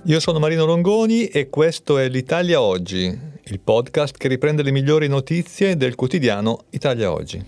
Io sono Marino Longoni e questo è l'Italia Oggi, il podcast che riprende le migliori notizie del quotidiano Italia Oggi.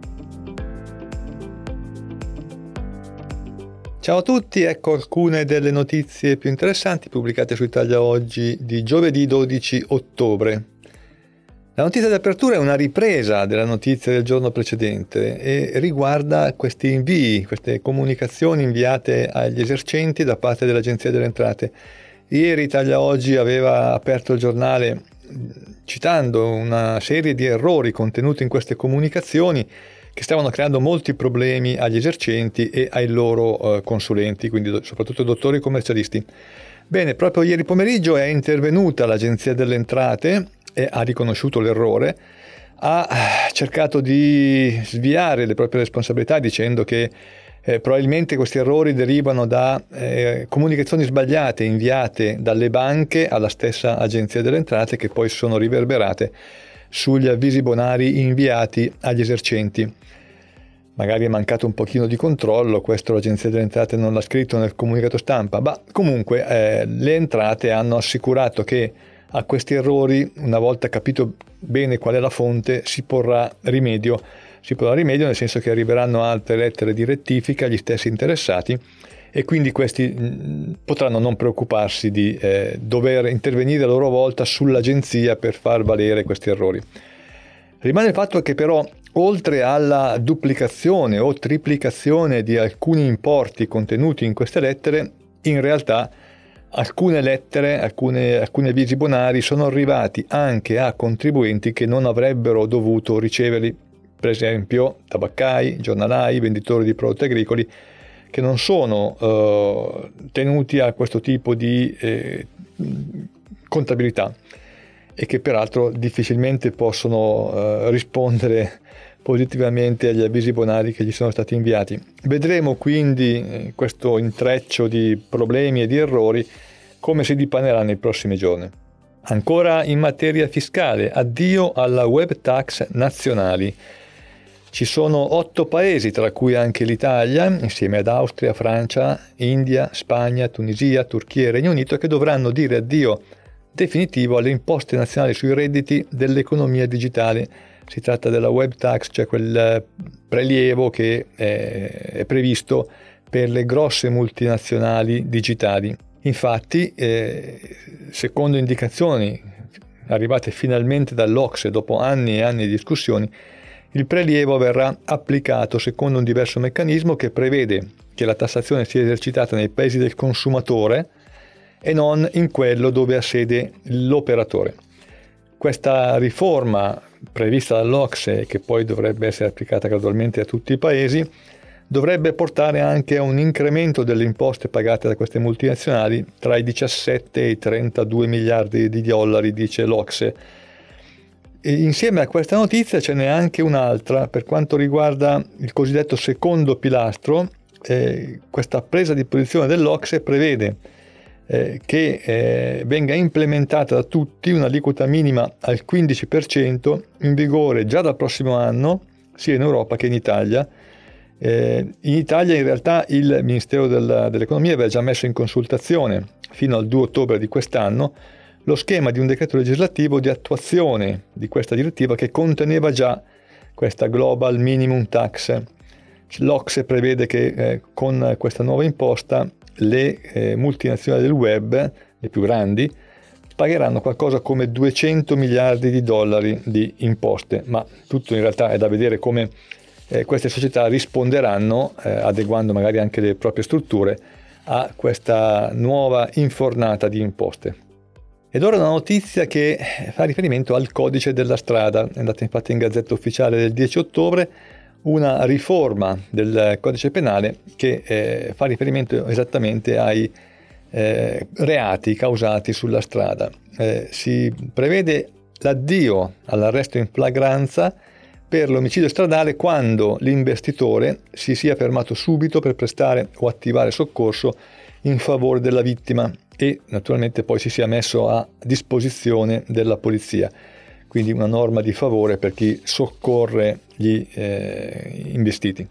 Ciao a tutti, ecco alcune delle notizie più interessanti pubblicate su Italia Oggi di giovedì 12 ottobre. La notizia di apertura è una ripresa della notizia del giorno precedente e riguarda questi invii, queste comunicazioni inviate agli esercenti da parte dell'Agenzia delle Entrate. Ieri Italia Oggi aveva aperto il giornale citando una serie di errori contenuti in queste comunicazioni che stavano creando molti problemi agli esercenti e ai loro consulenti, quindi soprattutto dottori commercialisti. Bene, proprio ieri pomeriggio è intervenuta l'Agenzia delle Entrate e ha riconosciuto l'errore, ha cercato di sviare le proprie responsabilità dicendo che probabilmente questi errori derivano da comunicazioni sbagliate inviate dalle banche alla stessa Agenzia delle Entrate che poi sono riverberate sugli avvisi bonari inviati agli esercenti. Magari è mancato un pochino di controllo, questo l'Agenzia delle Entrate non l'ha scritto nel comunicato stampa, ma comunque le entrate hanno assicurato che a questi errori, una volta capito bene qual è la fonte, si porrà rimedio nel senso che arriveranno altre lettere di rettifica agli stessi interessati e quindi questi potranno non preoccuparsi di dover intervenire a loro volta sull'agenzia per far valere questi errori. Rimane il fatto che però oltre alla duplicazione o triplicazione di alcuni importi contenuti in queste lettere, in realtà alcune lettere, alcuni avvisi bonari sono arrivati anche a contribuenti che non avrebbero dovuto riceverli, per esempio tabaccai, giornalai, venditori di prodotti agricoli che non sono tenuti a questo tipo di contabilità e che peraltro difficilmente possono rispondere positivamente agli avvisi bonari che gli sono stati inviati. Vedremo quindi questo intreccio di problemi e di errori come si dipanerà nei prossimi giorni. Ancora in materia fiscale, addio alla web tax nazionali. Ci sono 8 paesi, tra cui anche l'Italia, insieme ad Austria, Francia, India, Spagna, Tunisia, Turchia e Regno Unito, che dovranno dire addio definitivo alle imposte nazionali sui redditi dell'economia digitale. Si tratta della web tax, cioè quel prelievo che è previsto per le grosse multinazionali digitali. Infatti, secondo indicazioni arrivate finalmente dall'OCSE dopo anni e anni di discussioni, il prelievo verrà applicato secondo un diverso meccanismo che prevede che la tassazione sia esercitata nei paesi del consumatore e non in quello dove ha sede l'operatore. Questa riforma prevista dall'OCSE, che poi dovrebbe essere applicata gradualmente a tutti i paesi, dovrebbe portare anche a un incremento delle imposte pagate da queste multinazionali tra i 17 e i 32 miliardi di dollari, dice l'OCSE. E insieme a questa notizia ce n'è anche un'altra per quanto riguarda il cosiddetto secondo pilastro. Questa presa di posizione dell'OCSE prevede che venga implementata da tutti un'aliquota minima al 15% in vigore già dal prossimo anno, sia in Europa che in Italia. In Italia in realtà il Ministero dell'Economia aveva già messo in consultazione fino al 2 ottobre di quest'anno lo schema di un decreto legislativo di attuazione di questa direttiva che conteneva già questa Global Minimum Tax. L'OCSE prevede che con questa nuova imposta le multinazionali del web, le più grandi, pagheranno qualcosa come 200 miliardi di dollari di imposte, ma tutto in realtà è da vedere come queste società risponderanno, adeguando magari anche le proprie strutture a questa nuova infornata di imposte. Ed ora una notizia che fa riferimento al codice della strada, è andata infatti in Gazzetta Ufficiale del 10 ottobre, una riforma del codice penale che fa riferimento esattamente ai reati causati sulla strada. Si prevede l'addio all'arresto in flagranza per l'omicidio stradale quando l'investitore si sia fermato subito per prestare o attivare soccorso in favore della vittima e naturalmente poi si sia messo a disposizione della polizia. Quindi una norma di favore per chi soccorre gli investiti.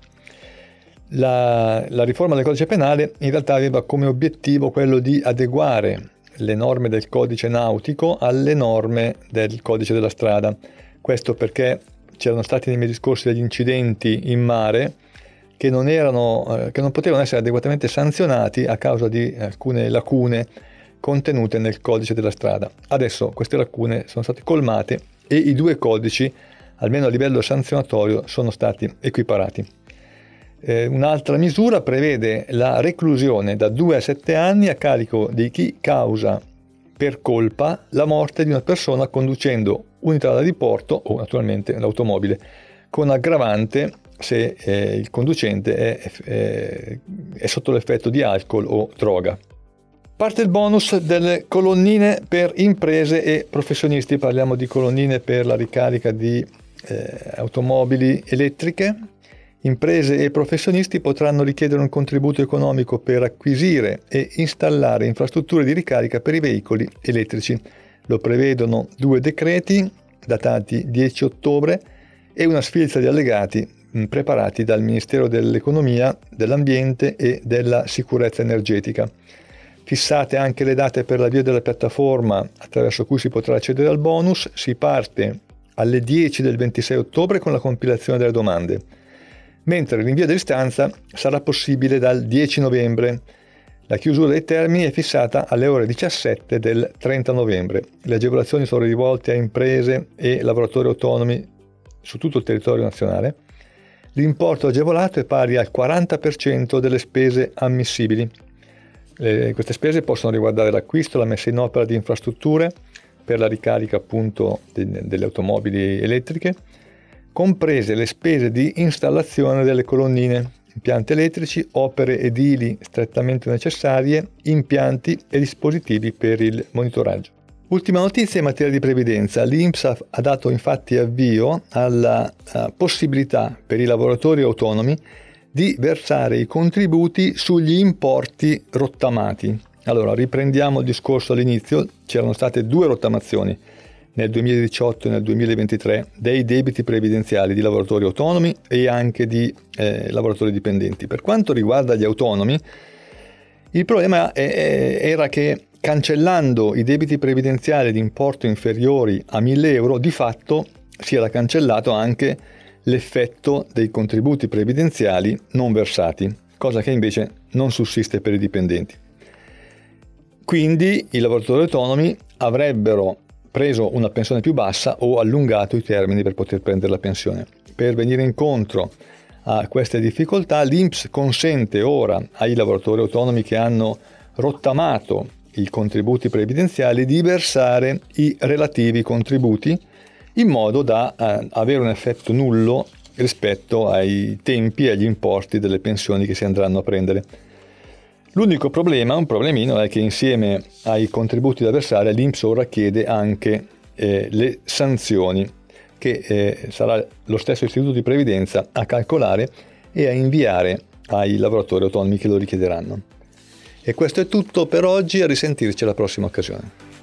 La riforma del codice penale in realtà aveva come obiettivo quello di adeguare le norme del codice nautico alle norme del codice della strada. Questo perché c'erano stati nei mesi scorsi degli incidenti in mare che non potevano essere adeguatamente sanzionati a causa di alcune lacune contenute nel codice della strada. Adesso queste lacune sono state colmate e i due codici, almeno a livello sanzionatorio, sono stati equiparati. Un'altra misura prevede la reclusione da 2 a 7 anni a carico di chi causa per colpa la morte di una persona conducendo unità da diporto o naturalmente l'automobile, con aggravante se il conducente è sotto l'effetto di alcol o droga. Parte il bonus delle colonnine per imprese e professionisti. Parliamo di colonnine per la ricarica di automobili elettriche. Imprese e professionisti potranno richiedere un contributo economico per acquisire e installare infrastrutture di ricarica per i veicoli elettrici. Lo prevedono 2 decreti datati 10 ottobre e una sfilza di allegati preparati dal Ministero dell'Economia, dell'Ambiente e della Sicurezza Energetica. Fissate anche le date per l'avvio della piattaforma attraverso cui si potrà accedere al bonus. Si parte alle 10 del 26 ottobre con la compilazione delle domande, mentre l'invio dell'istanza sarà possibile dal 10 novembre. La chiusura dei termini è fissata alle ore 17 del 30 novembre. Le agevolazioni sono rivolte a imprese e lavoratori autonomi su tutto il territorio nazionale. L'importo agevolato è pari al 40% delle spese ammissibili. Queste spese possono riguardare l'acquisto e la messa in opera di infrastrutture per la ricarica appunto delle automobili elettriche, comprese le spese di installazione delle colonnine, impianti elettrici, opere edili strettamente necessarie, impianti e dispositivi per il monitoraggio. Ultima notizia in materia di previdenza. L'INPS ha dato infatti avvio alla possibilità per i lavoratori autonomi di versare i contributi sugli importi rottamati. Allora, riprendiamo il discorso all'inizio. C'erano state 2 rottamazioni nel 2018 e nel 2023 dei debiti previdenziali di lavoratori autonomi e anche di lavoratori dipendenti. Per quanto riguarda gli autonomi, il problema era che cancellando i debiti previdenziali di importo inferiori a 1.000 euro, di fatto si era cancellato anche l'effetto dei contributi previdenziali non versati, cosa che invece non sussiste per i dipendenti. Quindi i lavoratori autonomi avrebbero preso una pensione più bassa o allungato i termini per poter prendere la pensione. Per venire incontro a queste difficoltà, l'INPS consente ora ai lavoratori autonomi che hanno rottamato i contributi previdenziali di versare i relativi contributi in modo da avere un effetto nullo rispetto ai tempi e agli importi delle pensioni che si andranno a prendere. L'unico problema, un problemino, è che insieme ai contributi da versare l'INPS ora chiede anche le sanzioni che sarà lo stesso istituto di previdenza a calcolare e a inviare ai lavoratori autonomi che lo richiederanno. E questo è tutto per oggi, a risentirci alla prossima occasione.